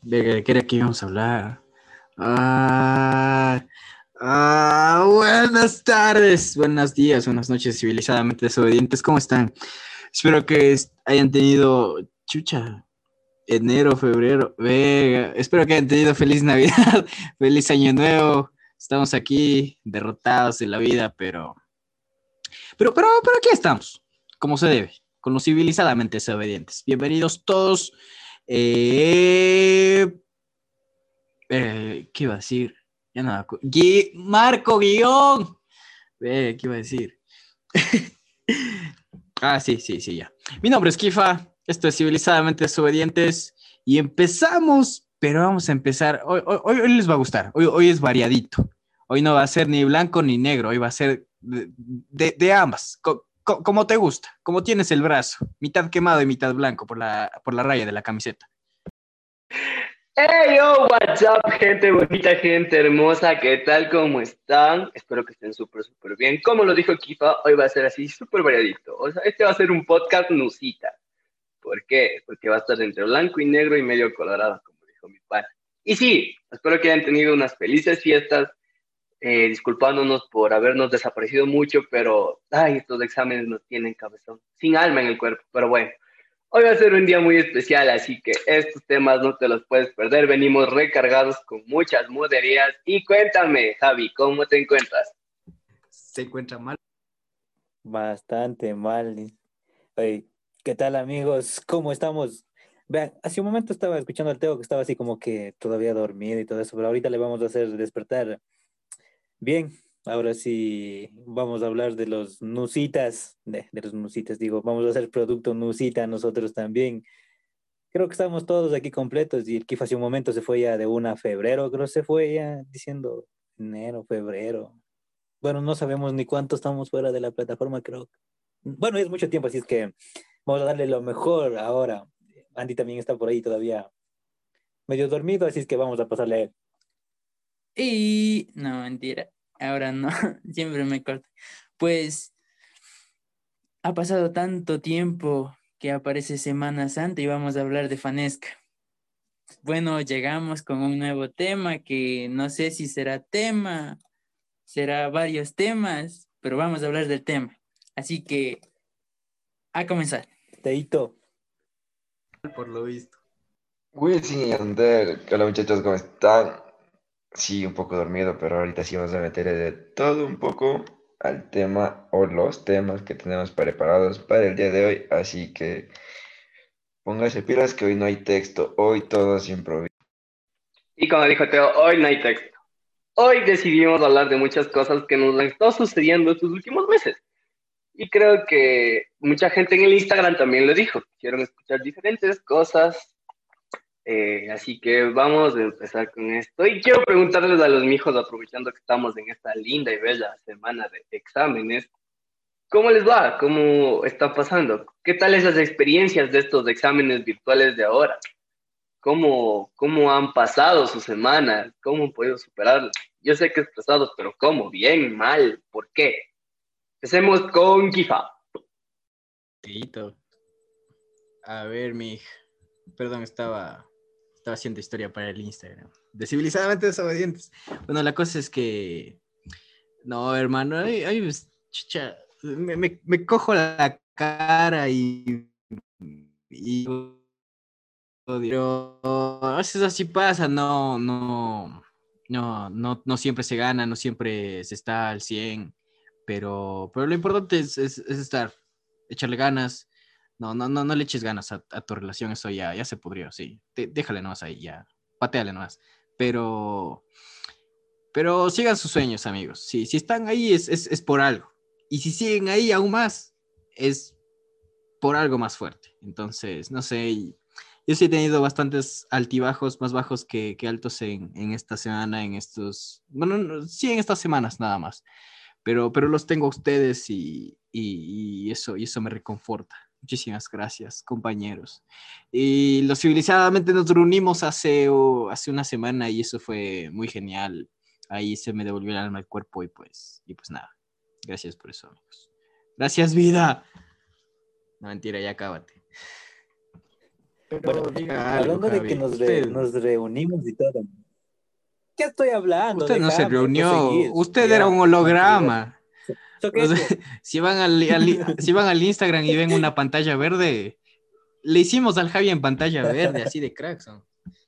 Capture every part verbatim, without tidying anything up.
¿De qué era que íbamos a hablar? Ah, ah, buenas tardes, buenos días, buenas noches, civilizadamente desobedientes, ¿cómo están? Espero que est- hayan tenido, chucha, enero, febrero, vega, espero que hayan tenido feliz Navidad, feliz Año Nuevo. Estamos aquí derrotados de la vida, pero, pero, pero, pero aquí estamos, como se debe, con los civilizadamente desobedientes. Bienvenidos todos. Eh, eh, ¿qué iba a decir? Ya no me acu- Gui- Marco Guión. Eh, ¿qué iba a decir? Ah, sí, sí, sí, ya. Mi nombre es Kifa, esto es Civilizadamente Desobedientes y empezamos, pero vamos a empezar. Hoy, hoy, hoy- hoy les va a gustar, hoy, hoy es variadito. Hoy no va a ser ni blanco ni negro, hoy va a ser de, de- de ambas, co- co- como te gusta, como tienes el brazo, mitad quemado y mitad blanco por la, por la raya de la camiseta. Hey, yo, what's up, gente bonita, gente hermosa, ¿qué tal? ¿Cómo están? Espero que estén súper, súper bien. Como lo dijo Kifa, hoy va a ser así, súper variadito. O sea, este va a ser un podcast nusita. ¿Por qué? Porque va a estar entre blanco y negro y medio colorado, como dijo mi padre. Y sí, espero que hayan tenido unas felices fiestas, eh, disculpándonos por habernos desaparecido mucho, pero, ay, estos exámenes nos tienen cabezón, sin alma en el cuerpo, pero bueno. Hoy va a ser un día muy especial, así que estos temas no te los puedes perder. Venimos recargados con muchas muderías. Y cuéntame, Javi, ¿cómo te encuentras? Se encuentra mal. Bastante mal. Oye, ¿qué tal amigos? ¿Cómo estamos? Vean, hace un momento estaba escuchando al Teo que estaba así como que todavía dormido y todo eso, pero ahorita le vamos a hacer despertar. Bien, ahora sí vamos a hablar de los nusitas, de, de los nusitas, digo, vamos a hacer producto nusita nosotros también. Creo que estamos todos aquí completos y el Kif hace un momento se fue ya de una a febrero, creo que se fue ya diciendo enero, febrero. Bueno, no sabemos ni cuánto estamos fuera de la plataforma, creo. Bueno, es mucho tiempo, así es que vamos a darle lo mejor ahora. Andy también está por ahí todavía medio dormido, así es que vamos a pasarle a él. Y no, mentira. Ahora no, siempre me corto. Pues ha pasado tanto tiempo que aparece Semana Santa y vamos a hablar de Fanesca. Bueno, llegamos con un nuevo tema que no sé si será tema, será varios temas, pero vamos a hablar del tema. Así que a comenzar. Teito, Por lo visto. Wisin y Yandel, hola muchachos, ¿cómo están? Sí, un poco dormido, pero ahorita sí vamos a meter de todo un poco al tema o los temas que tenemos preparados para el día de hoy, así que póngase pilas que hoy no hay texto, hoy todo es improviso. Y como dijo Teo, hoy no hay texto. Hoy decidimos hablar de muchas cosas que nos han estado sucediendo estos últimos meses. Y creo que mucha gente en el Instagram también lo dijo. Quisieron escuchar diferentes cosas. Eh, así que vamos a empezar con esto. Y quiero preguntarles a los mijos, aprovechando que estamos en esta linda y bella semana de exámenes, ¿cómo les va? ¿Cómo está pasando? ¿Qué tal esas experiencias de estos exámenes virtuales de ahora? ¿Cómo, cómo han pasado sus semanas? ¿Cómo han podido superarlas? Yo sé que es pesado, pero ¿cómo? ¿Bien? ¿Mal? ¿Por qué? Empecemos con Kifa. Tito. A ver, mi. Perdón, estaba, estaba haciendo historia para el Instagram. De civilizadamente desobedientes. Bueno, la cosa es que. No, hermano, ay, ay, pues, chucha, me, me, me cojo la cara y. y pero a veces así pasa, no, no, no, no, no siempre se gana, no siempre se está al cien, pero, pero lo importante es, es, es estar, echarle ganas. No, no, no, no le eches ganas a, a tu relación, eso ya, ya se pudrió, sí. Te- déjale nomás ahí, ya. Pateale nomás. Pero, pero sigan sus sueños, amigos. Sí, si están ahí es, es, es por algo. Y si siguen ahí aún más, es por algo más fuerte. Entonces, no sé, y yo sí he tenido bastantes altibajos, más bajos que, que altos en, en esta semana, en estos, bueno, no, sí en estas semanas nada más, pero, pero los tengo a ustedes y, y, y eso, y eso me reconforta. Muchísimas gracias, compañeros. Y lo civilizadamente nos reunimos hace, uh, hace una semana y eso fue muy genial. Ahí se me devolvió el alma al cuerpo y pues, y pues nada. Gracias por eso, amigos. Gracias, vida. No, mentira, ya cábate. Pero Bueno, diga algo, hablando de Javi. que nos, re- Usted, nos reunimos y todo. ¿Qué estoy hablando? usted no se Déjame reunió, proseguir. usted era un Ya, tranquilidad. holograma. O sea, Soquete. si van al, al- si van al Instagram y ven una pantalla verde, le hicimos al Javi en pantalla verde, así de cracks. ¿No?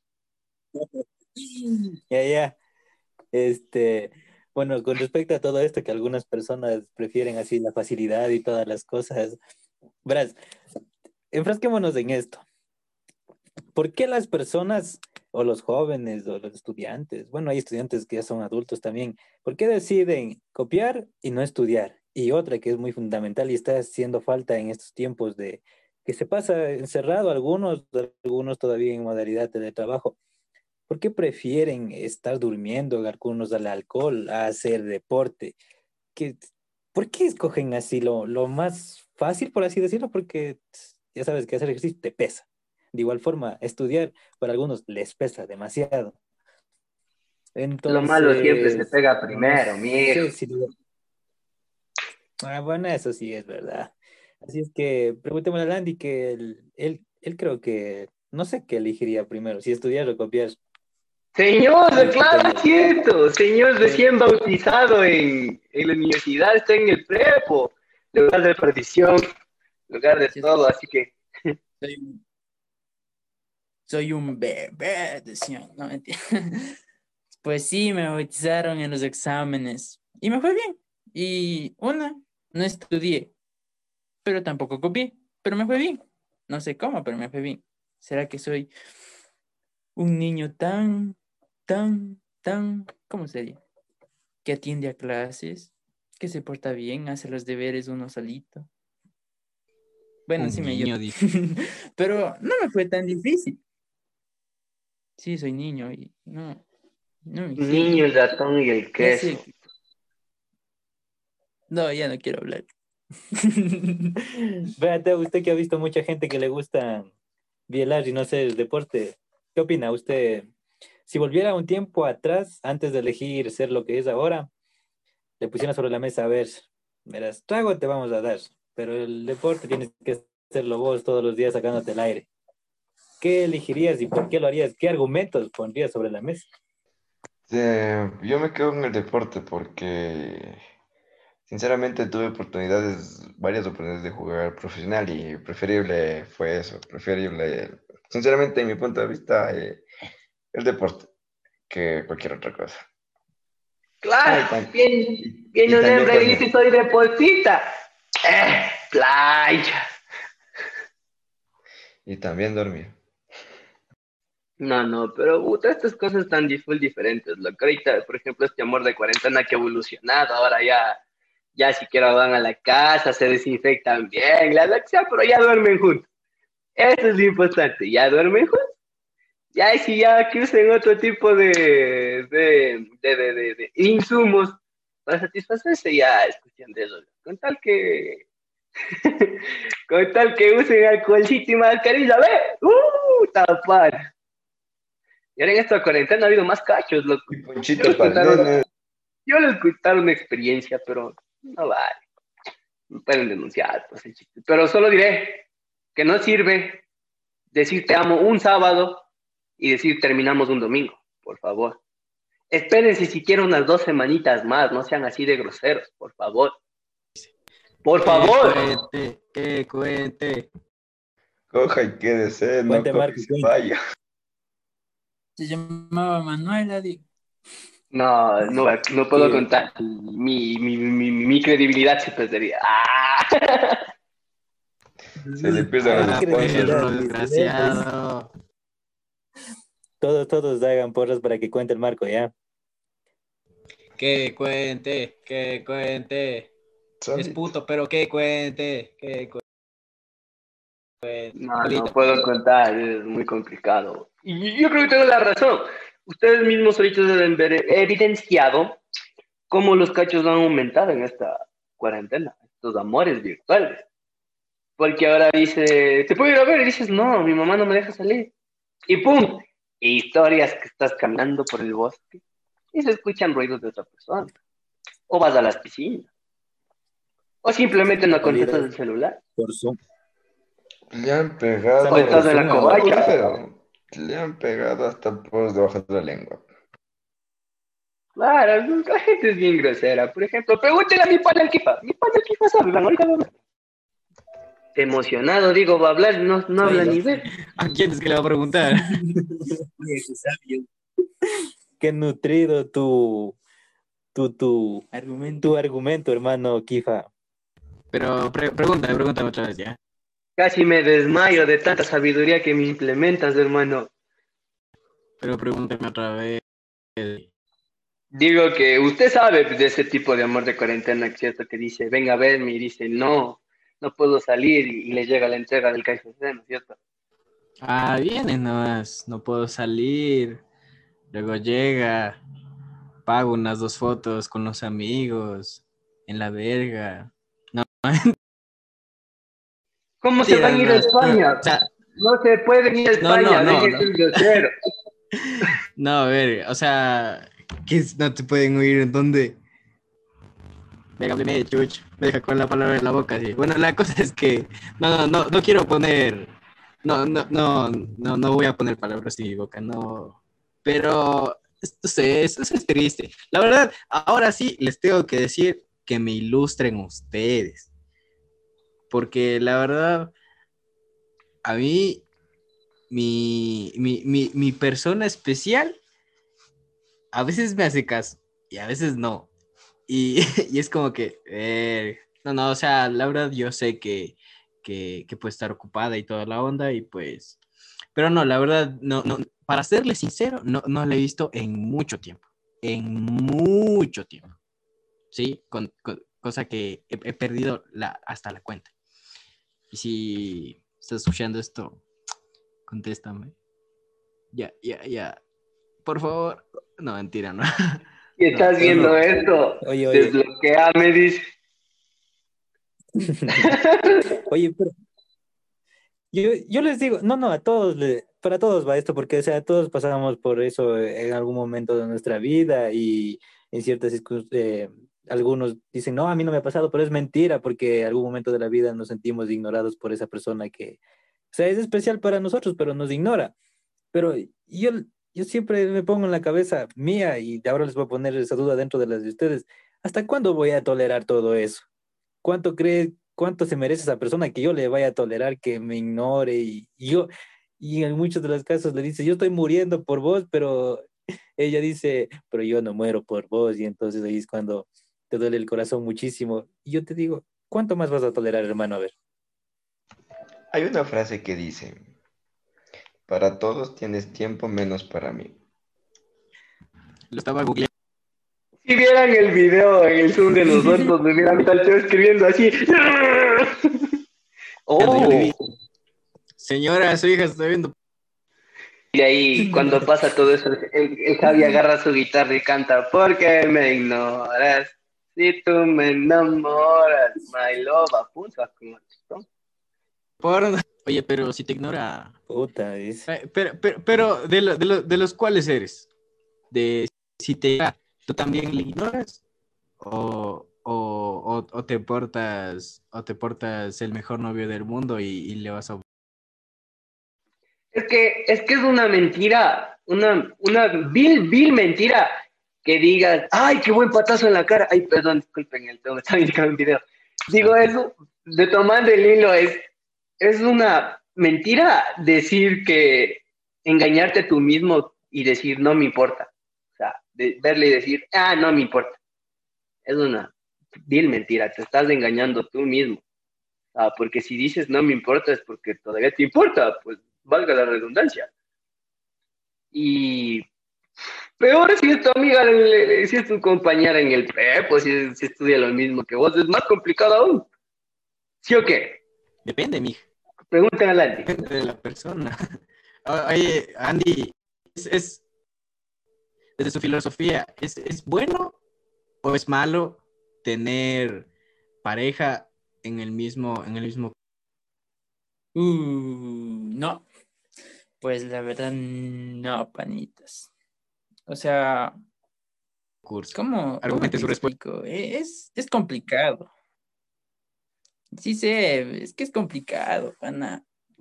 Ya, ya. Este, bueno, con respecto a todo esto que algunas personas prefieren así la facilidad y todas las cosas, verás, enfrasquémonos en esto. ¿Por qué las personas o los jóvenes o los estudiantes, bueno, hay estudiantes que ya son adultos también, ¿por qué deciden copiar y no estudiar? Y otra que es muy fundamental y está haciendo falta en estos tiempos de que se pasa encerrado algunos, algunos todavía en modalidad de trabajo. ¿Por qué prefieren estar durmiendo, algunos al alcohol, a hacer deporte? ¿Qué, ¿Por qué escogen así lo, lo más fácil, por así decirlo? Porque tss, ya sabes que hacer ejercicio te pesa. De igual forma, estudiar para algunos les pesa demasiado. Lo malo siempre se Entonces, pega no primero, mijo. sé si... Ah, bueno, eso sí es verdad. Así es que preguntémosle a Landy que él, él, él creo que no sé qué elegiría primero, si estudiar o copiar. Señor, Landy, claro, es escúchame. cierto. Señor Pues, recién bautizado en, en la universidad, está en el prepo. Lugar de perdición, lugar de Sí, todo, así que soy un, soy un bebé, decían. No, mentira. Pues sí, me bautizaron en los exámenes y me fue bien. Y una, no estudié, pero tampoco copié, pero me fue bien. No sé cómo, pero me fue bien. ¿Será que soy un niño tan, tan, tan, ¿cómo sería? Que atiende a clases, que se porta bien, hace los deberes uno solito. Bueno, Un sí me ayuda. niño dice. Pero no me fue tan difícil. Sí, soy niño y no, no me niño, exige. el ratón y el Ya sé. queso. que- No, ya no quiero hablar. véate, usted que ha visto mucha gente que le gusta bailar y no hacer deporte, ¿qué opina usted? Si volviera un tiempo atrás, antes de elegir ser lo que es ahora, le pusiera sobre la mesa, a ver, verás, trago te vamos a dar, pero el deporte tienes que hacerlo vos todos los días sacándote el aire. ¿Qué elegirías y por qué lo harías? ¿Qué argumentos pondrías sobre la mesa? Eh, yo me quedo en el deporte porque sinceramente tuve oportunidades, varias oportunidades de jugar profesional y preferible fue eso, preferible, sinceramente, en mi punto de vista, eh, el deporte que cualquier otra cosa. Ah, y, Claro, tam- bien, y- bien y un también hembra y dice dormir. soy deportista. Eh, playa. Y también dormir. No, no, pero puta, estas cosas están di- full diferentes. Lo que ahorita, por ejemplo, este amor de cuarentena que ha evolucionado, ahora ya, ya siquiera van a la casa, se desinfectan bien, la lo que sea, pero ya duermen juntos. Eso es lo importante, ya duermen juntos. Ya y si ya que usen otro tipo de, de, de, de, de- de insumos para satisfacerse, ya es cuestión de eso. Con tal que, con tal que usen alcoholcito y mascarilla, ¿ve? ¡Uh! Tapar. Y ahora en esta cuarentena ha habido más cachos, loco. Y Yo ponchito les para el contaron, nene. yo les contaron una experiencia, pero no vale. Me pueden denunciar, pues el chiste. Pero solo diré que no sirve decir te amo un sábado y decir terminamos un domingo, por favor. Espérense siquiera unas dos semanitas más, no sean así de groseros, por favor. Por Que favor. cuente, que cuente. Coja y quédese, no Cuente, coja Marco, y se cuente. vaya. Se llamaba Manuela, digo. No, no, no puedo Que contar. Mi, mi, mi, mi credibilidad se perdería. ¡Ah! Se le pierden qué los Ah, credibilidad, sponsors. perro dice. ¿Ves? ¿Ves? desgraciado. Todos, todos hagan porras para que cuente el Marco, ¿ya? Que cuente, que cuente. Es Solito. puto, pero que cuente, que cuente. No, no Solito. puedo contar, es muy complicado. Y yo creo que tengo la razón. Ustedes mismos ahorita deben ver evidenciado cómo los cachos han aumentado en esta cuarentena, estos amores virtuales. Porque ahora dice, ¿te puedo ir a ver? Y dices, no, mi mamá no me deja salir. Y ¡pum! Historias que estás caminando por el bosque y se escuchan ruidos de otra persona. O vas a las piscinas. O simplemente no contestas Salidas el celular. por Zoom. Le han pegado. O estás en la No, covacha. muy feo. Le han pegado hasta por debajo de la lengua. Claro, la gente es bien grosera. Por ejemplo, pregúntele a mi pana el Kifa. Mi pana el Kifa sabe, van, ahorita va a hablar. Emocionado, digo, va a hablar, no, no habla ni ver. ¿A quién es que le va a preguntar? Viejo sabio. Qué nutrido tu, tu, tu, Argumento. tu argumento, hermano Kifa. Pero pre- pregúntame, pregúntame otra vez ya. Casi me desmayo de tanta sabiduría que me implementas, hermano. Pero pregúntame otra vez. Digo que usted sabe de ese tipo de amor de cuarentena, ¿cierto? Que dice, venga a verme, y dice, no, no puedo salir, y, y le llega la entrega del K F C, ¿no es cierto? Ah, viene nomás, no puedo salir. Luego llega, pago unas dos fotos con los amigos, en la verga. No, ¿Cómo se van a ir a no, España? o sea, No se pueden ir a No, España, no, no, déjense no. de grosero. no, a ver, o sea, que es- no te pueden oír en dónde. Venga, me chuch, me deja con la palabra en la boca, sí. Bueno, la cosa es que no, no, no, no quiero poner, no, no, no, no, no voy a poner palabras en mi boca, no. Pero, no sé, eso, eso es triste. La verdad, ahora sí les tengo que decir que me ilustren ustedes. Porque la verdad, a mí, mi, mi, mi, mi persona especial a veces me hace caso y a veces no. Y, y es como que, eh, no, no, o sea, la verdad yo sé que, que, que puede estar ocupada y toda la onda y pues, pero no, la verdad, no, no, para serle sincero, no, no la he visto en mucho tiempo, en mucho tiempo, ¿sí? Con, con- cosa que he, he perdido la, hasta la cuenta. Y si estás escuchando esto, contéstame. Ya, ya, ya. Por favor. No, mentira, no. Si No, estás pero viendo no. esto, Oye, oye. desbloqueame, dice. Oye, pero yo, yo les digo, no, no, a todos, le- para todos va esto, porque, o sea, todos pasamos por eso en algún momento de nuestra vida y en ciertas circunstancias, algunos dicen, no, a mí no me ha pasado, pero es mentira, porque en algún momento de la vida nos sentimos ignorados por esa persona que, o sea, es especial para nosotros, pero nos ignora. Pero yo, yo siempre me pongo en la cabeza mía y ahora les voy a poner esa duda dentro de las de ustedes. ¿Hasta cuándo voy a tolerar todo eso? ¿Cuánto cree, cuánto se merece esa persona que yo le vaya a tolerar que me ignore? Y, y yo, y en muchos de los casos le dice, yo estoy muriendo por vos, pero ella dice, pero yo no muero por vos. Y entonces ahí es cuando te duele el corazón muchísimo. Y yo te digo, ¿cuánto más vas a tolerar, hermano? A ver. Hay una frase que dice, para todos tienes tiempo menos para mí. Lo estaba googleando. Si vieran el video en el Zoom de nosotros, me hubieran estado escribiendo así. Yo le Oh, vi. Señora, su hija está viendo. y ahí cuando pasa todo eso, el, el Javi agarra su guitarra y canta, ¿por qué me ignoras? Si tú me enamoras, my love, apunta como esto. Porno. Oye, pero si te ignora. Puta, dice. Eh, Pero, pero, pero de, lo- de, lo- de los cuales eres. De si te ignora, ¿tú también le ignoras? O, o, o, o te portas, o te portas el mejor novio del mundo y, y le vas a. Es que, es que es una mentira, una, una vil, vil mentira que digas, ay, qué buen patazo en la cara. Ay, perdón, disculpen, el tengo que estar indicando un video. Digo eso, de tomando el hilo, es, es una mentira decir que engañarte tú mismo y decir, no me importa. O sea, de, verle y decir, ah, no me importa. Es una vil mentira, te estás engañando tú mismo. Ah, porque si dices no me importa es porque todavía te importa, pues valga la redundancia. Y peor si es tu amiga, si es tu compañera en el prep, pues si, si estudia lo mismo que vos, es más complicado aún. ¿Sí o qué? Depende, mija. Pregúntale a Landy. Depende de la persona. Oye, Andy, ¿es, es desde su filosofía, ¿es, es bueno o es malo tener pareja en el mismo, en el mismo Uh, no, pues la verdad, no, panitas. O sea, curso? ¿cómo, cómo Argumente te su respuesta. explico? E- Es, es complicado. Sí sé, es que es complicado, pana.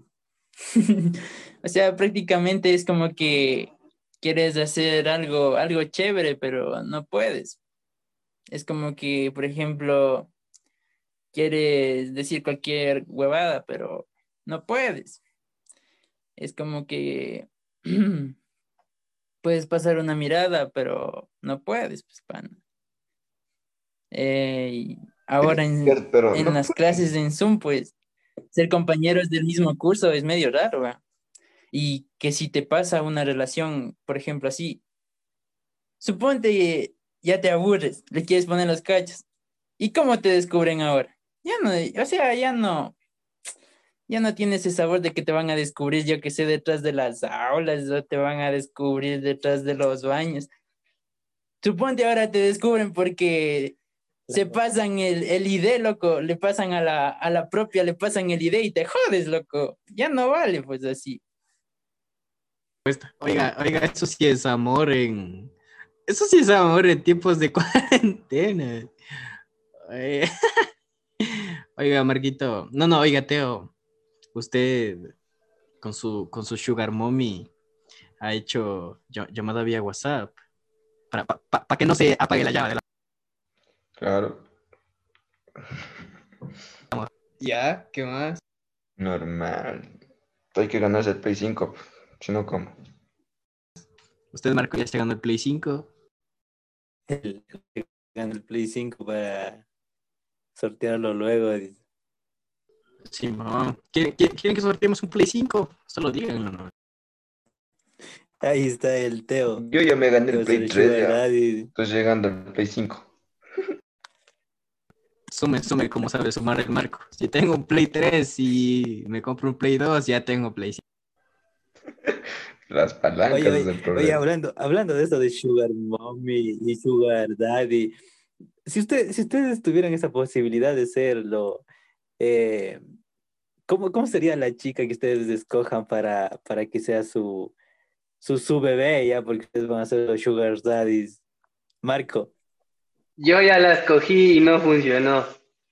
O sea, prácticamente es como que quieres hacer algo, algo chévere, pero no puedes. Es como que, por ejemplo, quieres decir cualquier huevada, pero no puedes. Es como que puedes pasar una mirada, pero no puedes, pues, pana. Eh, y ahora en, Pero en no las puedes. clases en Zoom, pues, ser compañeros del mismo curso es medio raro, ¿va? Y que si te pasa una relación, por ejemplo, así, suponte que ya te aburres, le quieres poner los cachos. ¿Y cómo te descubren ahora? Ya no, o sea, ya no, ya no tiene ese sabor de que te van a descubrir, yo que sé, detrás de las aulas, o te van a descubrir detrás de los baños. Suponte ahora te descubren porque se pasan el, el I D, loco, le pasan a la, a la propia, le pasan el I D y te jodes, loco. Ya no vale, pues así. Oiga, oiga, eso sí es amor en... Eso sí es amor en tiempos de cuarentena. Eh, Oiga, Marquito. No, no, oiga, Teo. Usted con su, con su Sugar Mommy ha hecho ll- llamada vía WhatsApp para pa, pa- pa que no se apague la llave de la... Claro, ¿Ya? ¿Qué más? normal. Hay que ganarse el Play cinco, si no, ¿cómo? Usted, Marco, ya está llegando el Play cinco. El, el Play cinco para sortearlo luego. dice. Sí, no. ¿Quieren, quieren- quieren que sorteemos un Play cinco? Solo díganlo, ¿no? Ahí está el Teo. Yo ya me gané Que va el a ser Play el tres Sugar ya. Daddy. Estoy llegando al Play cinco. Sume, sume, como sabe sumar el Marco. Si tengo un Play tres y me compro un Play dos, ya tengo Play cinco. Las palancas Oye, es oye, el oye, problema. hablando, hablando de eso de Sugar Mommy y Sugar Daddy, si usted, si ustedes tuvieran esa posibilidad de serlo, eh, ¿cómo, cómo sería la chica que ustedes escojan para, para que sea su, su, su bebé ya? Porque ustedes van a ser los Sugar Daddies. Marco. Yo ya la escogí y no funcionó.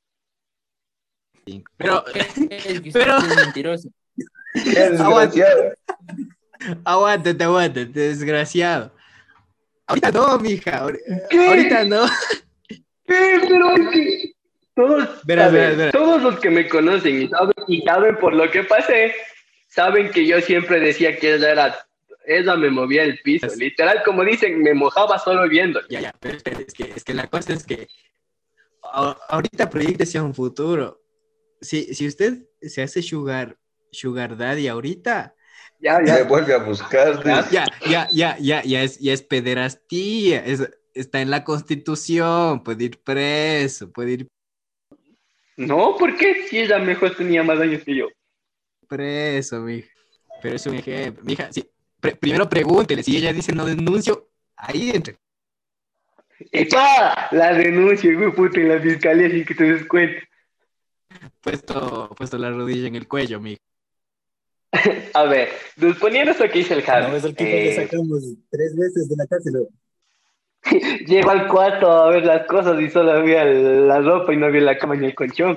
Pero, Es que pero, usted es mentiroso. ¡Qué aguántate, desgraciado! aguántate, aguántate, desgraciado. Ahorita no, mija, ahori- ahorita ¿Qué? no. ¿Qué? Pero es que todos, a Verás, verás, ver, verás. todos los que me conocen y saben, y saben por lo que pasé, saben que yo siempre decía que ella era, ella me movía el piso, literal, como dicen, me mojaba solo viéndolo. Ya, ya, pero espera, es que, es que la cosa es que a- ahorita proyecte a un futuro. Si, si usted se hace sugar, sugar daddy ahorita, Ya, Me ya, vuelve a buscar. ya. dice. ya, ya, ya, ya, ya es, ya es pederastía, es, está en la Constitución, puede ir preso, puede ir No, ¿por qué? Si ella mejor tenía más años que yo. preso, mija. Pero es un ejemplo, mija, sí, pre- primero pregúntele, si ella dice no denuncio, ahí entre. ¡Epa! La denuncio, hijo de puta, en la fiscalía sin que te des cuenta. Puesto, puesto la rodilla en el cuello, mija. A ver, suponiendo esto que dice el No Javi, es el que igual le eh, sacamos tres veces de la cárcel. llego al cuarto a ver las cosas y solo había la ropa y no había la cama ni el colchón.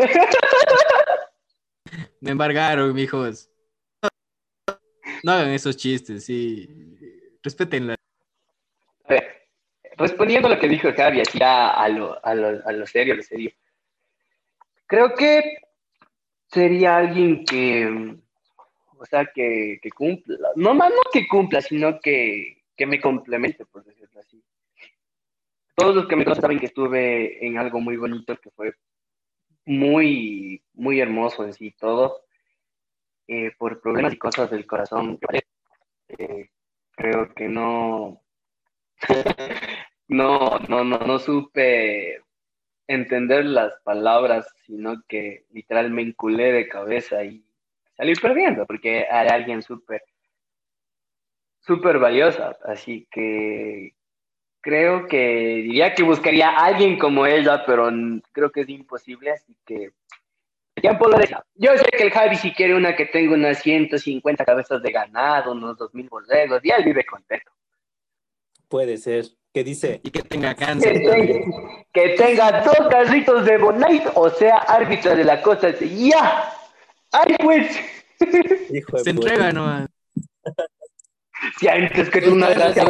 Me embargaron, mijos. No hagan esos chistes, sí. Respétenla. A ver, respondiendo a lo que dijo Javi, así ya a lo, a lo, a lo serio, a lo serio. Creo que sería alguien que, o sea, que, que cumpla, no más no que cumpla, sino que, que me complemente, por decirlo así. Todos los que me conocen saben que estuve en algo muy bonito, que fue muy, muy hermoso en sí todo, eh, por problemas y cosas del corazón. Eh, creo que no, no, no, no, no supe entender las palabras, sino que literal me enculé de cabeza y salí perdiendo, porque era alguien súper, súper valiosa. Así que creo que diría que buscaría a alguien como ella, pero n- creo que es imposible, así que tiempo lo deja. Yo sé que el Javi si quiere una que tenga unas ciento cincuenta cabezas de ganado, unos dos mil borregos, y él vive contento. Puede ser. ¿Qué dice? Y que tenga Que cáncer también. tenga, que tenga dos carritos de Bonite, o sea, árbitra de la cosa. Ya, ¡ay pues! Hijo de Se puta. entrega nomás. Si antes que tú una gracia.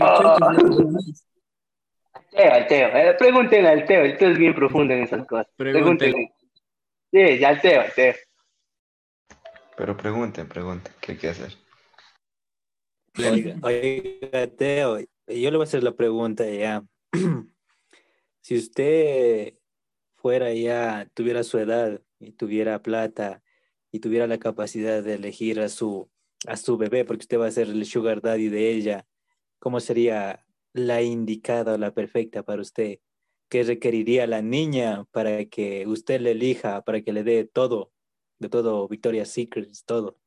Teo, al Teo, eh, pregúntenle al Teo, el Teo es bien profundo en esas cosas. Pregúntele. Pregúntenle. Sí, ya al Teo, al Teo. Pero pregunten, pregunten, ¿qué hay que hacer? Oiga, oiga, Teo, yo le voy a hacer la pregunta ya. Si usted fuera ya, tuviera su edad y tuviera plata y tuviera la capacidad de elegir a su, a su bebé, porque usted va a ser el sugar daddy de ella, ¿cómo sería la indicada o la perfecta para usted? ¿Qué requeriría la niña para que usted le elija, para que le dé todo, de todo, Victoria's Secret, todo?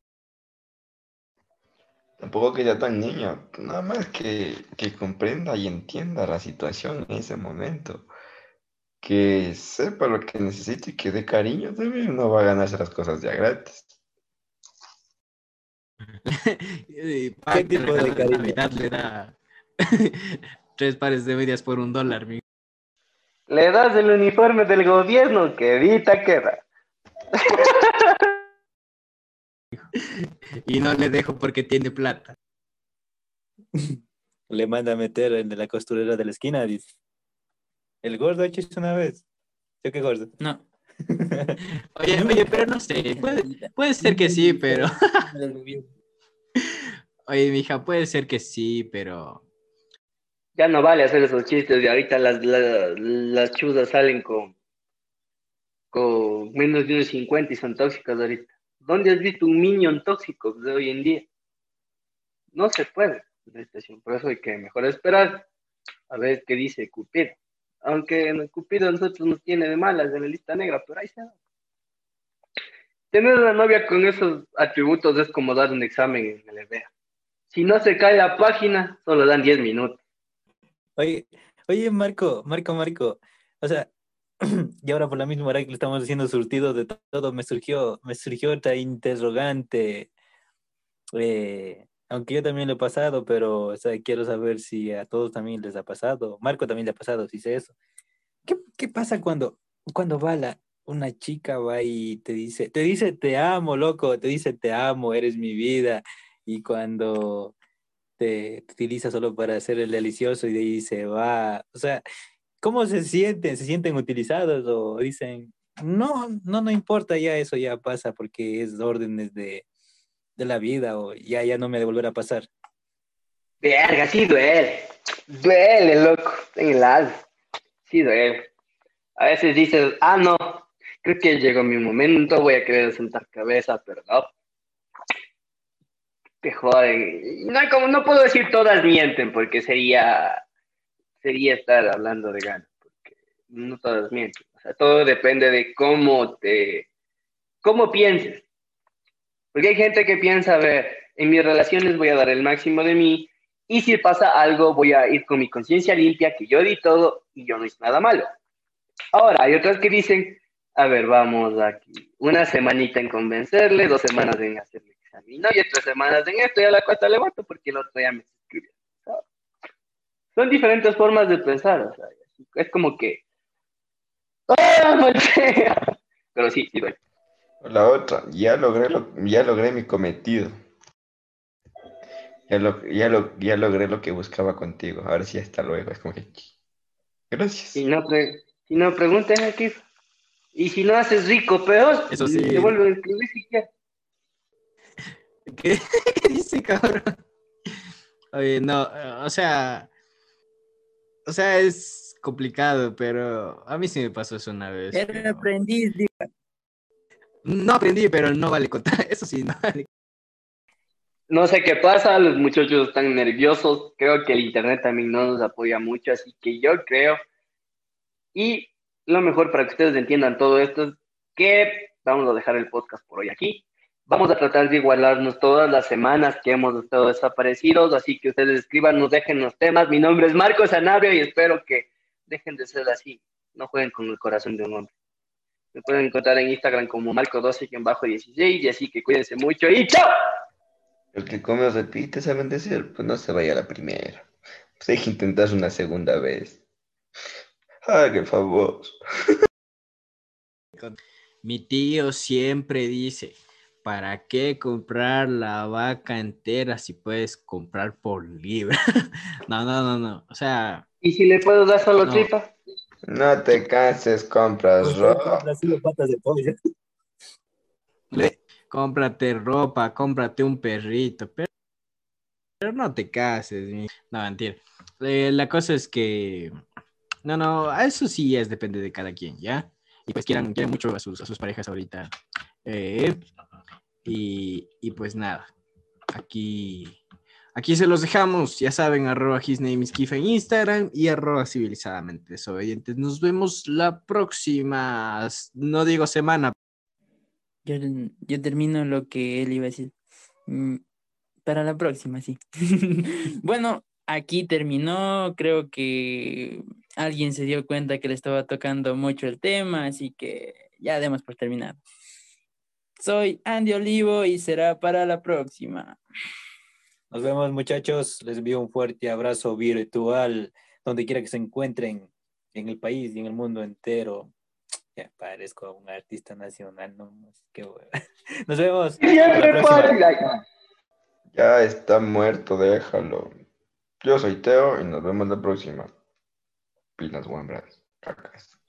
Tampoco que sea tan niño, nada más que, que comprenda y entienda la situación en ese momento. Que sepa lo que necesita y que dé cariño también, no va a ganarse las cosas ya gratis. Y ¿Qué para tipo de regalar en cariño? Navidad le da tres pares de medias por un dólar, mi- Le das el uniforme del gobierno, que evita queda. y no le dejo porque tiene plata. Le manda a meter en la costurera de la esquina, dice. El gordo ha hecho eso una vez. ¿Yo qué gordo? No. Oye, oye, pero no sé, puede, puede ser que sí, pero... Oye, mija, puede ser que sí, pero... Ya no vale hacer esos chistes de ahorita las, las, las chuzas salen con, con menos de unos cincuenta y son tóxicas ahorita. ¿Dónde has visto un minion tóxico de hoy en día? No se puede. Por eso hay que mejor esperar a ver qué dice Cupido. Aunque en el Cupido a nosotros nos tiene de malas en la lista negra, pero ahí está. Tener una novia con esos atributos es como dar un examen en el E B A. Si no se cae la página, solo dan diez minutos. Oye, oye, Marco, Marco, Marco. O sea, y ahora por la misma hora que le estamos haciendo surtido de todo, me surgió, me surgió otra interrogante. Eh, aunque yo también lo he pasado, pero o sea, quiero saber si a todos también les ha pasado. Marco también le ha pasado, si sé eso. ¿Qué, qué pasa cuando, cuando va la, una chica va y te dice, te dice te amo, loco, te dice te amo, eres mi vida, y cuando te, te utiliza solo para hacer el delicioso y de ahí se va? O sea, ¿cómo se sienten? ¿Se sienten utilizados o dicen, no, no, no importa, ya eso ya pasa porque es órdenes de, de la vida o ya, ya no me ha de volver a pasar? Verga, sí duele. Duele, loco. En el alma. Sí duele. A veces dices, ah, no, creo que llegó mi momento, voy a querer sentar cabeza, pero no. Te joden. Y no, como, no puedo decir todas mienten, porque sería, sería estar hablando de ganas, porque no todas mienten. O sea, todo depende de cómo te, cómo pienses. Porque hay gente que piensa, a ver, en mis relaciones voy a dar el máximo de mí, y si pasa algo, voy a ir con mi conciencia limpia, que yo di todo y yo no hice nada malo. Ahora, hay otras que dicen, a ver, vamos aquí, una semanita en convencerle, dos semanas en hacerle examen, y tres semanas en esto, y a la cuarta le voto porque el otro ya me escribió. ¿Sabes? Son diferentes formas de pensar, o sea, es como que, ¡ah, maldita! Pero sí, sí, bueno. La otra, ya logré, lo, ya logré mi cometido. Ya, lo, ya, lo, ya logré lo que buscaba contigo. Ahora sí, hasta luego. Es como que, gracias. Si no, pre si no pregunten aquí, y si no haces rico, peor, Eso sí. te vuelven a escribir si quieres. ¿Qué, ¿Qué dice, cabrón? Oye, no, o sea... O sea, es complicado, pero a mí sí me pasó eso una vez. Era Pero... aprendiz, digo. No aprendí, pero no vale contar. Eso sí, no vale. No sé qué pasa, los muchachos están nerviosos, creo que el internet también no nos apoya mucho, así que yo creo, y lo mejor para que ustedes entiendan todo esto es que vamos a dejar el podcast por hoy aquí. Vamos a tratar de igualarnos todas las semanas que hemos estado desaparecidos, así que ustedes escriban, nos dejen los temas. Mi nombre es Marco Sanabria y espero que dejen de ser así, no jueguen con el corazón de un hombre. Me pueden encontrar en Instagram como Marco doce dieciséis, y así que cuídense mucho y ¡chao! El que come o repite, saben decir, pues no se vaya a la primera. Pues hay que intentar una segunda vez. Haga el favor. Mi tío siempre dice, ¿para qué comprar la vaca entera si puedes comprar por libra? No, no, no, no. O sea, ¿Y si le puedo dar solo no. tripa? No te canses, compras Usted ropa. compra solo patas de pollo. Le- cómprate ropa, cómprate un perrito, pero, pero no te cases. mi- No, mentira. Eh, la cosa es que, no, no, a eso sí es, depende de cada quien, ¿ya? Y pues quieran, quieran mucho a sus, a sus parejas ahorita. Eh, y, y pues nada, aquí, aquí se los dejamos, ya saben, arroba his name is Kifa en Instagram y arroba civilizadamente desobedientes. Nos vemos la próxima, no digo semana. Yo, yo termino lo que él iba a decir. Mm, Para la próxima, sí. Bueno, aquí terminó. Creo que alguien se dio cuenta que le estaba tocando mucho el tema, así que ya demos por terminado. Soy Andy Olivo y será para la próxima. Nos vemos, muchachos. Les envío un fuerte abrazo virtual, donde quiera que se encuentren en el país y en el mundo entero. Ya parezco un artista nacional, no más. Qué hueva. Nos vemos. Hasta la Siempre próxima. podría. Ya está muerto, déjalo. Yo soy Teo y nos vemos la próxima. Pilas, guambras, cacas.